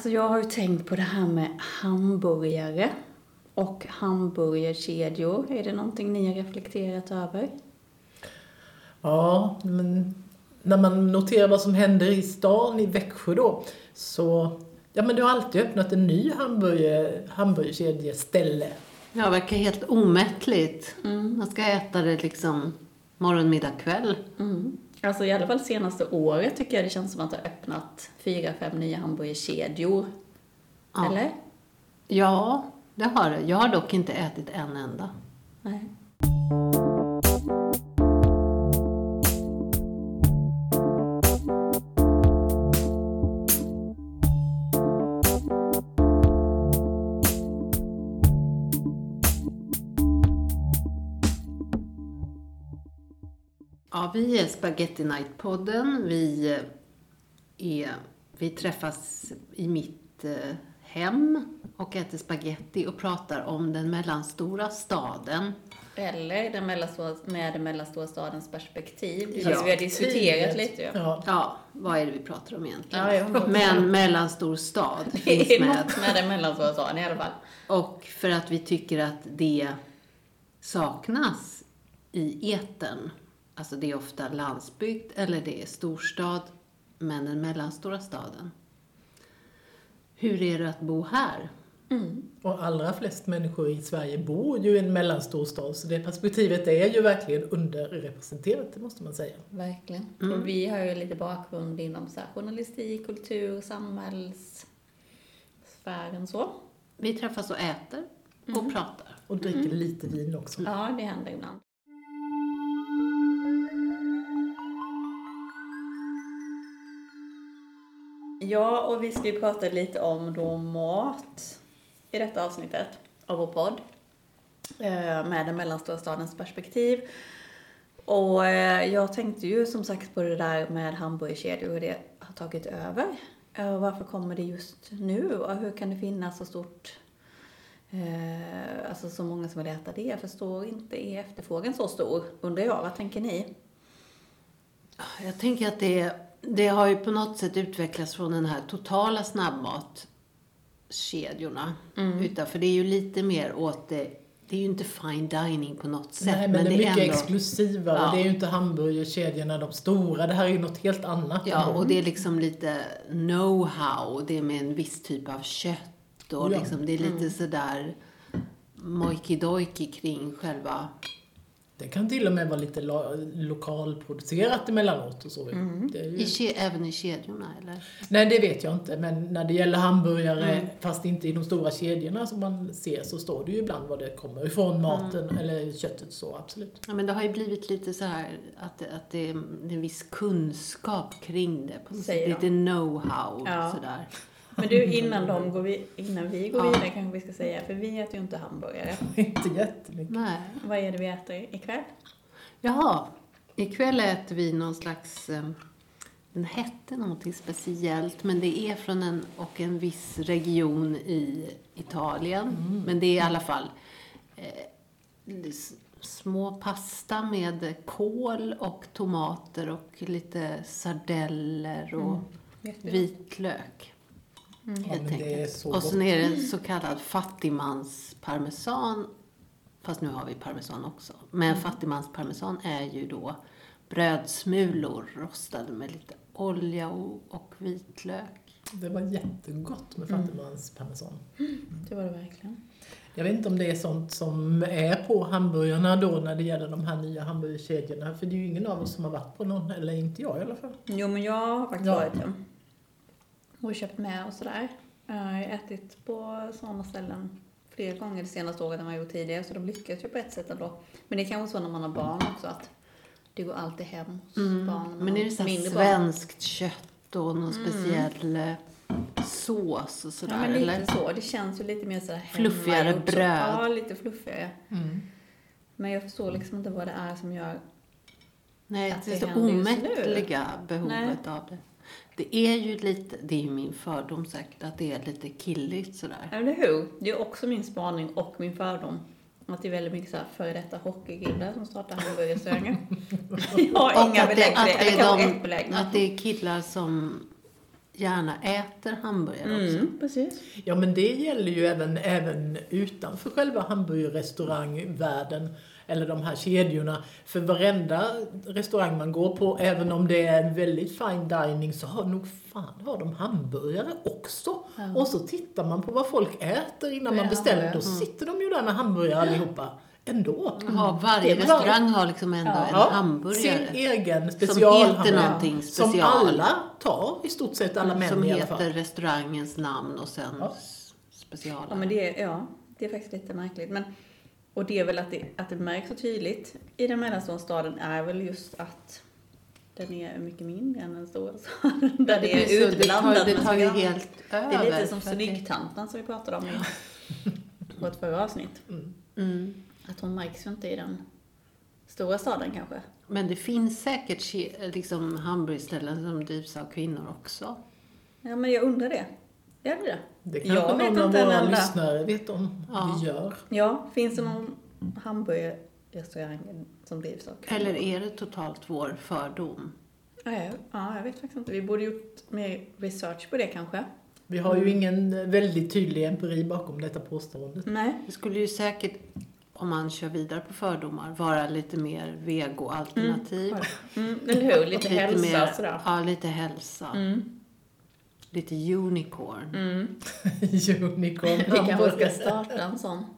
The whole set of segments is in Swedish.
Alltså jag har ju tänkt på det här med hamburgare och hamburgerkedjor. Är det någonting ni har reflekterat över? Ja, men när man noterar vad som händer i stan, i Växjö då, så ja, men du har alltid öppnat en ny hamburgerkedjeställe. Ja, det verkar helt omättligt. Man ska äta det liksom morgon, middag, kväll. Alltså i alla fall senaste året tycker jag det känns som att det har öppnat 4-5 nya hamburgerkedjor. Ja. Eller? Ja, det har det. Jag har dock inte ätit en enda. Nej. Ja, vi är Spaghetti Night-podden. Vi träffas i mitt hem och äter spaghetti och pratar om den mellanstora staden. Eller med den mellanstora stadens perspektiv. Det Ja, vi har diskuterat lite. Ja. Ja, vad är det vi pratar om egentligen? Ja, jag Men mellanstor stad Det finns är med. något med den mellanstora staden i alla fall. Och för att vi tycker att det saknas i etern. Alltså det är ofta landsbygd eller det är storstad, men den mellanstora staden. Hur är det att bo här? Och allra flest människor i Sverige bor ju i en mellanstor stad, så det perspektivet är ju verkligen underrepresenterat, det måste man säga. Verkligen. Och vi har ju lite bakgrund inom så här, journalistik, kultur, samhällssfären så. Vi träffas och äter och pratar. Och dricker lite vin också. Ja, det händer ibland. Ja, och vi ska ju prata lite om då mat i detta avsnittet av vår podd. Med den mellanstora stadens perspektiv. Och jag tänkte ju som sagt på det där med hamburgerkedjor och det har tagit över. Varför kommer det just nu? Och hur kan det finnas så stort... alltså så många som vill äta det? Jag förstår inte, är efterfrågan så stor? Undrar jag, vad tänker ni? Jag tänker att det har ju på något sätt utvecklats från den här totala snabbmatskedjorna. För det är ju lite mer åt det är ju inte fine dining på något sätt. Nej, men det är mycket ändå exklusivare. Ja. Det är ju inte hamburgerkedjorna, de stora. Det här är ju något helt annat. Ja, och det är liksom lite know-how. Det är med en viss typ av kött. Och liksom, det är lite sådär mojkidojki kring själva... Det kan till och med vara lite lokalproducerat emellanåt och så. Det är ju... Även i kedjorna, eller? Nej, det vet jag inte. Men när det gäller hamburgare, fast inte i de stora kedjorna som man ser, så står det ju ibland vad det kommer ifrån maten eller köttet, så absolut. Ja, men det har ju blivit lite så här att det är en viss kunskap kring det. På något sätt. Lite know-how och sådär. Men du, innan vi går vidare kanske vi ska säga, för vi äter ju inte hamburgare. Inte jättemycket. Nej. Vad är det vi äter ikväll? Jaha, ikväll äter vi någon slags... Den hette någonting speciellt, men det är från en viss region i Italien. Men det är i alla fall små pasta med kål och tomater och lite sardeller och vitlök. Ja, men det är så och sen är det en så kallad fattigmansparmesan. Fast nu har vi parmesan också. Men fattigmansparmesan är ju då brödsmulor rostade med lite olja och vitlök. Det var jättegott med fattigmansparmesan. Det var det verkligen. Jag vet inte om det är sånt som är på hamburgarna då när det gäller de här nya hamburgerkedjorna. För det är ju ingen av oss som har varit på någon, eller inte jag i alla fall. Jo, men jag har faktiskt varit det. Och köpt med och sådär. Jag har ätit på sådana ställen flera gånger det senaste året än vad jag gjort tidigare. Så de lyckas ju på ett sätt ändå. Men det är kanske så när man har barn också att det går alltid hem hos barn. Men är det så här svenskt kött och någon speciell sås och sådär? Ja, men lite eller? så. Det känns ju lite mer så här fluffigare bröd. Ja, lite fluffigare. Men jag förstår liksom inte vad det är som gör... Nej, att det är det så händer just omättliga behovet Nej. av det. Det är ju lite, det är ju min fördom säkert, att det är lite killigt sådär. Eller hur? Det är också min spaning och min fördom. Att det är väldigt mycket så här före detta hockeykillar som startar hamburgerrestauranger. Jag har inga belägg för det. Eller kanske ett belägg. Att det är killar som gärna äter hamburgare också. Precis. Ja, men det gäller ju även utanför själva hamburgerrestaurangvärlden eller de här kedjorna. För varenda restaurang man går på, även om det är en väldigt fine dining, så har de hamburgare också. Ja. Och så tittar man på vad folk äter innan man beställer. Då sitter de ju där med hamburgare allihopa. Ändå. Ja, varje restaurang har liksom ändå en hamburgare. Sin egen som heter specialhamburgare. någonting Som special. alla tar, i stort sett alla män Som i alla fall. heter restaurangens namn och sen special. Ja, men det är faktiskt lite märkligt. Och det är väl att det märks så tydligt i den mellanstora staden är väl just att den är mycket mindre än den stora staden. Där det är utblandat. Det tar ju helt över. Det är lite som snyggtanten som vi pratade om i vårt förra avsnitt. Mm. Att hon märks ju inte i den stora staden kanske. Men det finns säkert liksom hamburgerställen som drivs av kvinnor också. Ja, men jag undrar det. Gör det? Det kanske Jag vet någon av inte en våra enda. lyssnare vet om vi gör. Ja, finns det någon hamburgerrestaurang som drivs av kvinnor? Eller är det totalt vår fördom? Ja, jag vet faktiskt inte. Vi borde gjort mer research på det kanske. Vi har ju ingen väldigt tydlig empiri bakom detta påståendet. Nej. Det skulle ju säkert, om man kör vidare på fördomar, vara lite mer vego-alternativ. Eller hur? Lite hälsa mer, sådär. Ja, lite hälsa. Lite unicorn. Unicorn. Vi kanske ska starta en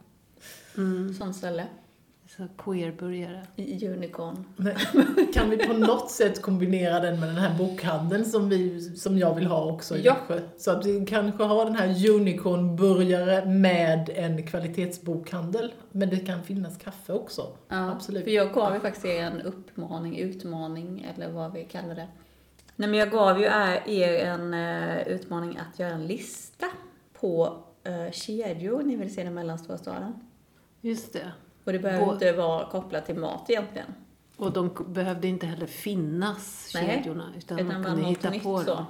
sån ställe. Så queerburgare. I Unicorn. Men kan vi på något sätt kombinera den med den här bokhandeln som jag vill ha också i Växjö? Så att vi kanske har den här unicornburgare med en kvalitetsbokhandel. Men det kan finnas kaffe också. Ja, absolut. För jag gav ju faktiskt en utmaning eller vad vi kallar det. Nej, men jag gav ju er en utmaning att göra en lista på kedjor ni vill se i den mellanstora staden. Just det. Och det behöver inte vara kopplat till mat egentligen. Och de behövde inte heller finnas, kedjorna. Utan man kunde hitta på dem.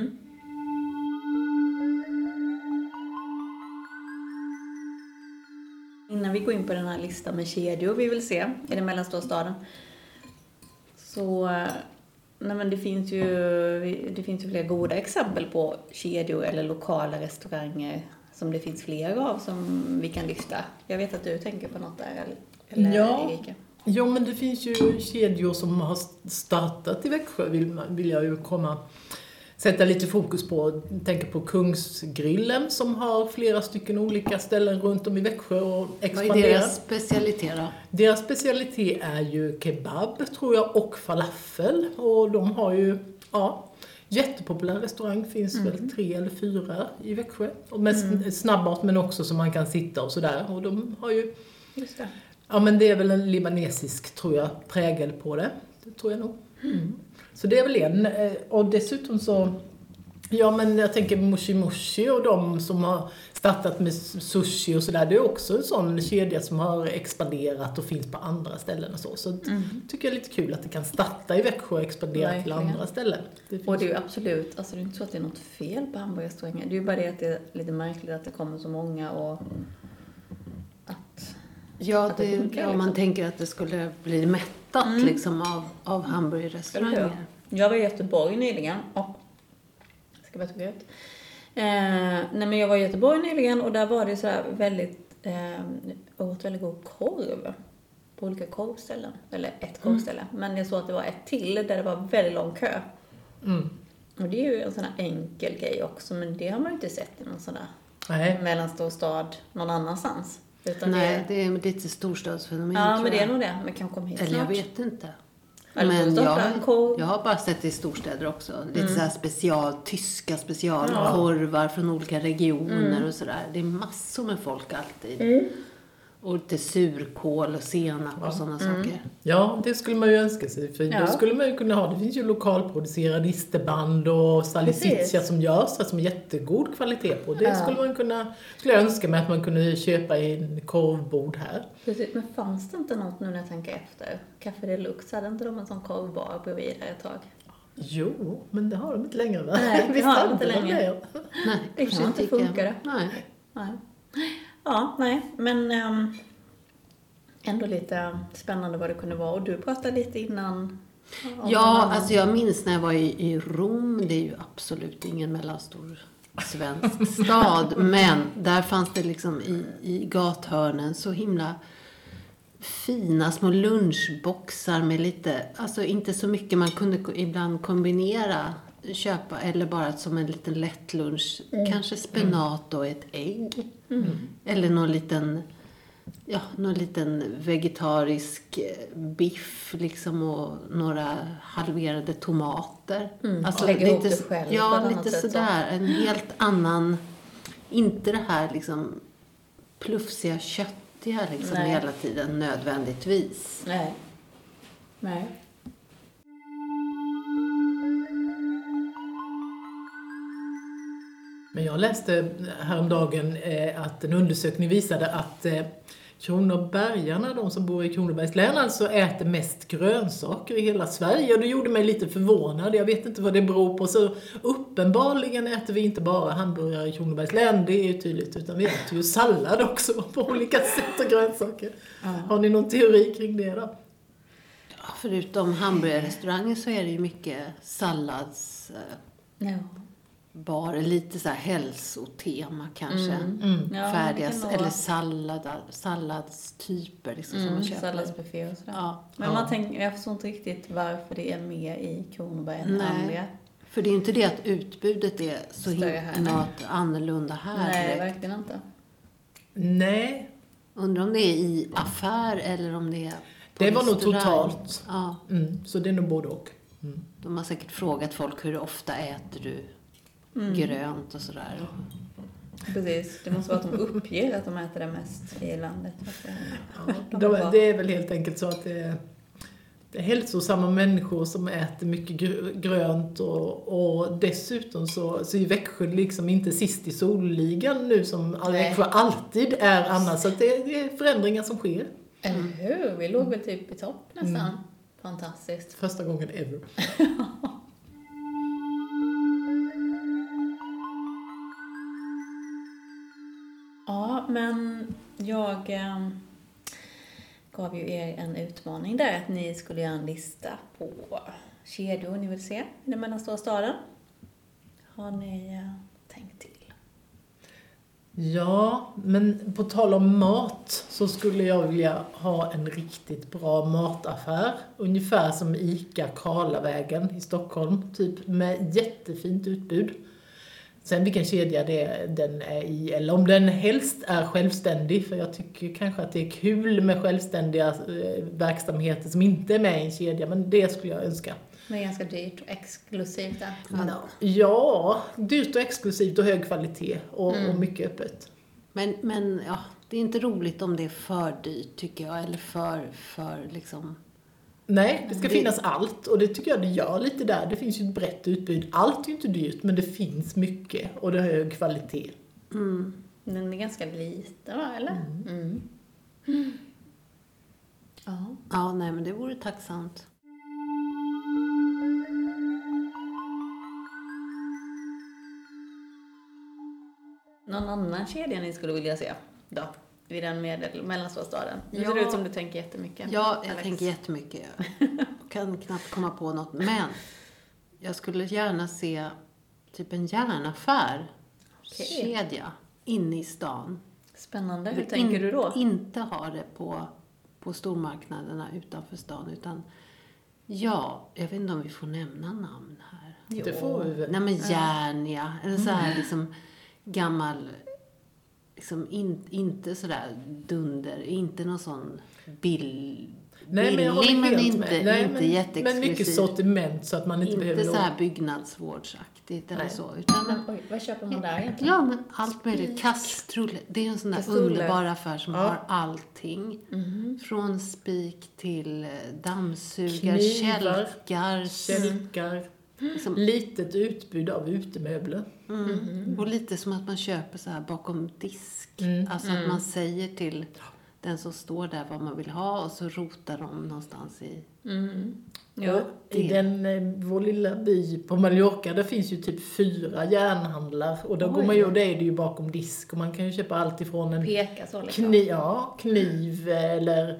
Innan vi går in på den här listan med kedjor vi vill se i den mellanstora staden. Så det finns ju flera goda exempel på kedjor eller lokala restauranger som det finns flera av som vi kan lyfta. Jag vet att du tänker på något där, eller Erika? Ja, men det finns ju kedjor som har startat i Växjö, vill jag ju sätta lite fokus på. Tänker på Kungsgrillen som har flera stycken olika ställen runt om i Växjö och expanderar. Vad är deras specialitet då? Deras specialitet är ju kebab, tror jag, och falafel. Och de har ju, jättepopulär restaurang, finns väl 3 eller 4 i Växjö. Och med snabbmat, men också som man kan sitta och sådär. Och de har ju... Just det. Ja, men det är väl en libanesisk, tror jag, prägel på det. Det tror jag nog. Så det är väl en. Och dessutom så... Ja, men jag tänker Moshi Moshi och de som har startat med sushi och sådär. Det är också en sån kedja som har expanderat och finns på andra ställen och så. Så tycker jag är lite kul att det kan starta i Växjö och expandera till andra ställen. Och det är ju absolut, alltså det är inte så att det är något fel på hamburgerrestauranger. Det är ju bara det att det är lite märkligt att det kommer så många och att... Ja, det funkar, om man tänker att det skulle bli mättat liksom, av hamburgerrestauranger. Jag var i Göteborg nyligen och... jag var i Göteborg nyligen och där var det så här väldigt god korv på olika korvställen. Eller ett korvställe. Men jag såg att det var ett till där det var väldigt lång kö. Och det är ju en sån här enkel grej också, men det har man ju inte sett i någon sån där mellanstor stad någon annanstans. Utan det är lite storstadsfenomen. Ja, men det är nog det. Men kan komma hit eller snart. jag vet inte. Men jag har bara sett det i storstäder också. Lite så här tyska specialkorvar från olika regioner och sådär. Det är massor med folk alltid. Och lite surkål och senap och sådana saker. Ja, det skulle man ju önska sig. För då skulle man ju kunna ha, det finns ju lokalproducerade isterband och salsiccia som görs, som är jättegod kvalitet på. Det skulle jag önska mig att man kunde köpa i en korvbord här. Precis, men fanns det inte något nu när jag tänker efter? Café Deluxe, hade inte de en sån korvbar bredvid där ett tag? Jo, men det har de inte längre, va? Nej, visst har de inte längre. Nej, det kanske inte funkar. Nej. Ja, men ändå lite spännande vad det kunde vara. Och du pratade lite innan Ja, alltså jag minns när jag var i Rom. Det är ju absolut ingen mellanstor svensk stad. Men där fanns det liksom i gathörnen så himla fina små lunchboxar med lite, alltså inte så mycket, man kunde ibland kombinera, köpa eller bara som en liten lätt lunch, kanske spenat och ett ägg eller någon liten vegetarisk biff liksom och några halverade tomater. Alltså lägga ihop det själv. Ja, lite sådär, en helt annan, inte det här liksom plufsiga köttiga liksom hela tiden nödvändigtvis. Nej. Men jag läste häromdagen att en undersökning visade att kronobergarna, de som bor i Kronobergs län, alltså äter mest grönsaker i hela Sverige. Och det gjorde mig lite förvånad. Jag vet inte vad det beror på. Så uppenbarligen äter vi inte bara hamburgare i Kronobergs län, det är ju tydligt. Utan vi äter ju sallad också på olika sätt och grönsaker. Har ni någon teori kring det då? Ja, förutom hamburgerrestauranger så är det ju mycket sallads... Bara lite så här hälsotema kanske. Färdiga eller salladstyper liksom som man köper. Salladsbuffé och sådär. Ja. Men man tänker, jag förstår inte riktigt varför det är mer i Kronoberg än andra. För det är ju inte det att utbudet är så något annorlunda här. Nej, direkt. verkligen inte. Nej. Undrar om det är i affär eller om det är på Det var nog restaurang. totalt. Ja. Så det är nog både och. De har säkert frågat folk hur ofta äter du grönt och sådär. Precis, det måste vara att de uppger att de äter det mest i landet. Det är väl helt enkelt så att det är hälsosamma människor som äter mycket grönt och dessutom så är Växjö liksom inte sist i solligan nu som Växjö alltid är annars. Så att det är förändringar som sker. Eller hur? Vi låg väl typ i topp nästan. Fantastiskt. Första gången ever. Ja, men jag gav ju er en utmaning där att ni skulle göra en lista på kedjor ni vill se i den mellanstora staden. Har ni tänkt till? Ja, men på tal om mat så skulle jag vilja ha en riktigt bra mataffär. Ungefär som ICA Karlavägen i Stockholm, typ med jättefint utbud. Sen vilken kedja den är i, eller om den helst är självständig, för jag tycker kanske att det är kul med självständiga verksamheter som inte är med i en kedja, men det skulle jag önska. Men ganska dyrt och exklusivt där. Ja, dyrt och exklusivt och hög kvalitet och mycket öppet. Men ja, det är inte roligt om det är för dyrt tycker jag, eller för liksom... Nej, det ska finnas allt och det tycker jag det gör lite där. Det finns ju ett brett utbud. Allt är ju inte dyrt, men det finns mycket och det har hög kvalitet. Den är ganska liten, va? Eller? Ja, nej men det vore tacksamt. Någon annan kedja ni skulle vilja se då? Vid den mellanstora staden. Det ser ut som du tänker jättemycket. Ja, jag Alex. tänker jättemycket. Jag kan knappt komma på något. Men jag skulle gärna se typ en järnaffär. Kedja inne i stan. Spännande. Hur tänker du då? Inte ha det på stormarknaderna utanför stan. Utan jag vet inte om vi får nämna namn här. Jo. Det får vi väl. Nej men Järnia. Eller så här liksom gammal... Liksom inte sådär dunder, inte någon sån billig, men inte jätteexklusiv. Men mycket sortiment så att man inte behöver... Inte så här byggnadsvårdsaktigt eller så. Utan Oj, vad köper man där egentligen? Ja, men allt möjligt. Kastrull, det är en sån där underbar affär som har allting. Från spik till dammsugar, kälkar. Liksom, litet utbud av utemöbler. Och lite som att man köper så här bakom disk. Alltså att man säger till den som står där vad man vill ha och så rotar de någonstans i... Ja, i vår lilla by på Mallorca där finns ju typ 4 järnhandlar och då går man ju, och det är det ju bakom disk och man kan ju köpa allt ifrån en peka så liksom. kniv eller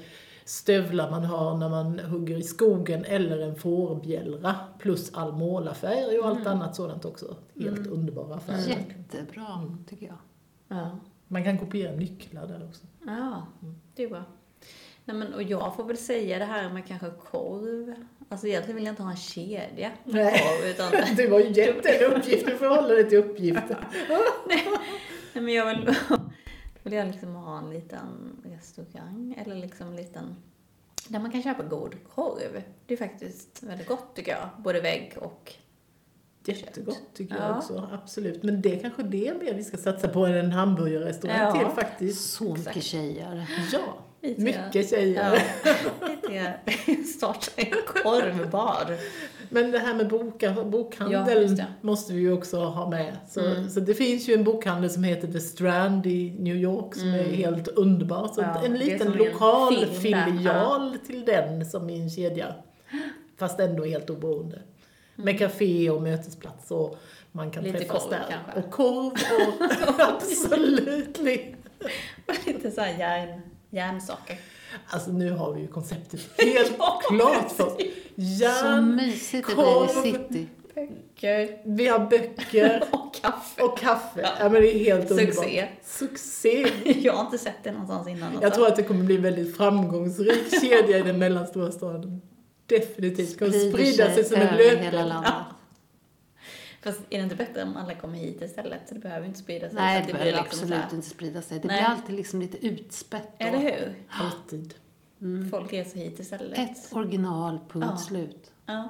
stövlar man har när man hugger i skogen eller en fårbjällra plus all målarfärg och allt annat sådant också. Helt underbara färger. Jättebra, tycker jag. Ja. Man kan kopiera nycklar där också. Ja, det är bra. Nej, men, och jag får väl säga det här med kanske korv. Alltså egentligen vill jag inte ha en kedja med korv. Utan... Du var ju gett en uppgift, du får hålla dig till uppgiften. Nej, men jag vill jag liksom ha en liten restaurang eller liksom en liten... Där man kan köpa god korv. Det är faktiskt väldigt gott tycker jag. Både vägg och Jättegott tycker jag också, absolut. Men det kanske det är mer vi ska satsa på än en hamburgerrestaurang till faktiskt. Så mycket tjejer. Ja, mycket tjejer. Ja, starta en korvbar. Men det här med bokhandel måste vi ju också ha med. Så det finns ju en bokhandel som heter The Strand i New York som är helt underbar. Så en liten lokal filial till den som är en kedja. Fast ändå helt oberoende. Med café och mötesplats och man kan lite träffas korv, där. kanske. Och korv och absolut. Och lite så här järnsaker. Alltså nu har vi ju konceptet helt klart för oss. Så mysigt det blir i city. Böcker. Vi har böcker. Och kaffe. Ja, men det är helt Succé. underbart. Succé. Jag har inte sett det någonstans innan. Jag tror att det kommer bli en väldigt framgångsrik kedja i den mellanstora staden. Definitivt. Kommer sprida sig som en löpeld. Hela landet. Fast är det inte bättre om alla kommer hit istället? Så det behöver inte sprida sig. Nej, det behöver blir liksom absolut så här... inte sprida sig. Det blir alltid liksom lite utspätt. Eller hur? Alltid. Folk reser hit istället. Ett original, punkt slut. Ja.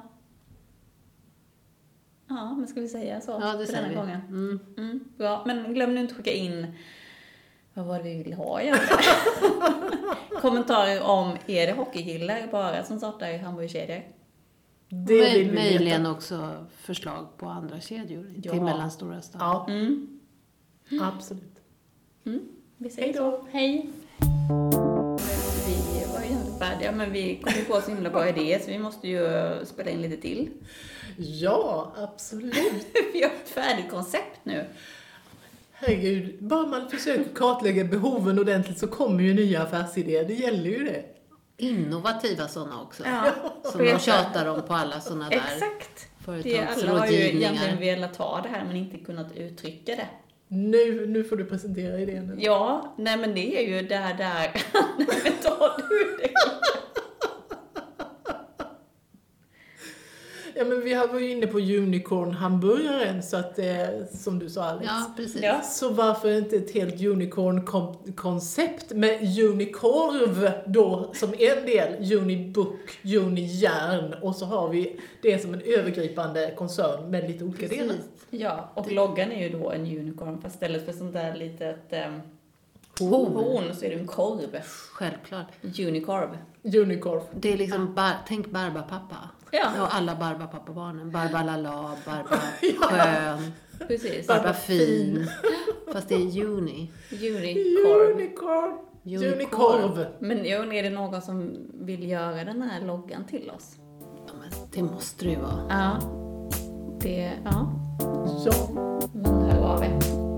Ja, men ska vi säga så? Ja, det för säger denna vi. gången? Bra, men glöm nu inte skicka in vad var det vi vill ha egentligen? Kommentarer om, är det hockeykillar bara som startar i hamburgerkedjor? Det vill vi möjligen veta. också förslag på andra kedjor Ja. till mellanstora staden. Ja, absolut. Vi säger Hej då. så. Hej! Vi var ju inte färdiga, men vi kom ju på så himla bra idé så vi måste ju spela in lite till. Ja, absolut. Vi har ett färdigt koncept nu. Herregud, bara man försöker kartlägga behoven ordentligt så kommer ju nya affärsidéer. Det gäller ju det. Innovativa sådana också. Ja. Som de tjatar om på alla sådana där Exakt. Alla har ju egentligen velat ta det här men inte kunnat uttrycka det. Nu får du presentera idén. Ja, nej men det är ju där. Nej, tar du det? Ja, men vi var ju inne på unicorn-hamburgaren så att som du sa Alex. Ja, precis. Ja. Så varför inte ett helt unicorn-koncept med unikorv då som en del, unibook, unijärn och så har vi det som en övergripande koncern med lite olika delar. Ja, och loggan är ju då en unicorn fast istället för sånt där litet horn så är det en korv. Självklart. Unikorv. Unicorv. Det är liksom, tänk Barbapappa. Ja. Och alla Barbapappa-barnen. Barbalala, Barbaskön, Precis. Barbafin. Fast det är Unicorv. Unikorv. Men är det någon som vill göra den här loggan till oss? Ja, men det måste det ju vara. Ja. Ja. Ja. Men här var vi.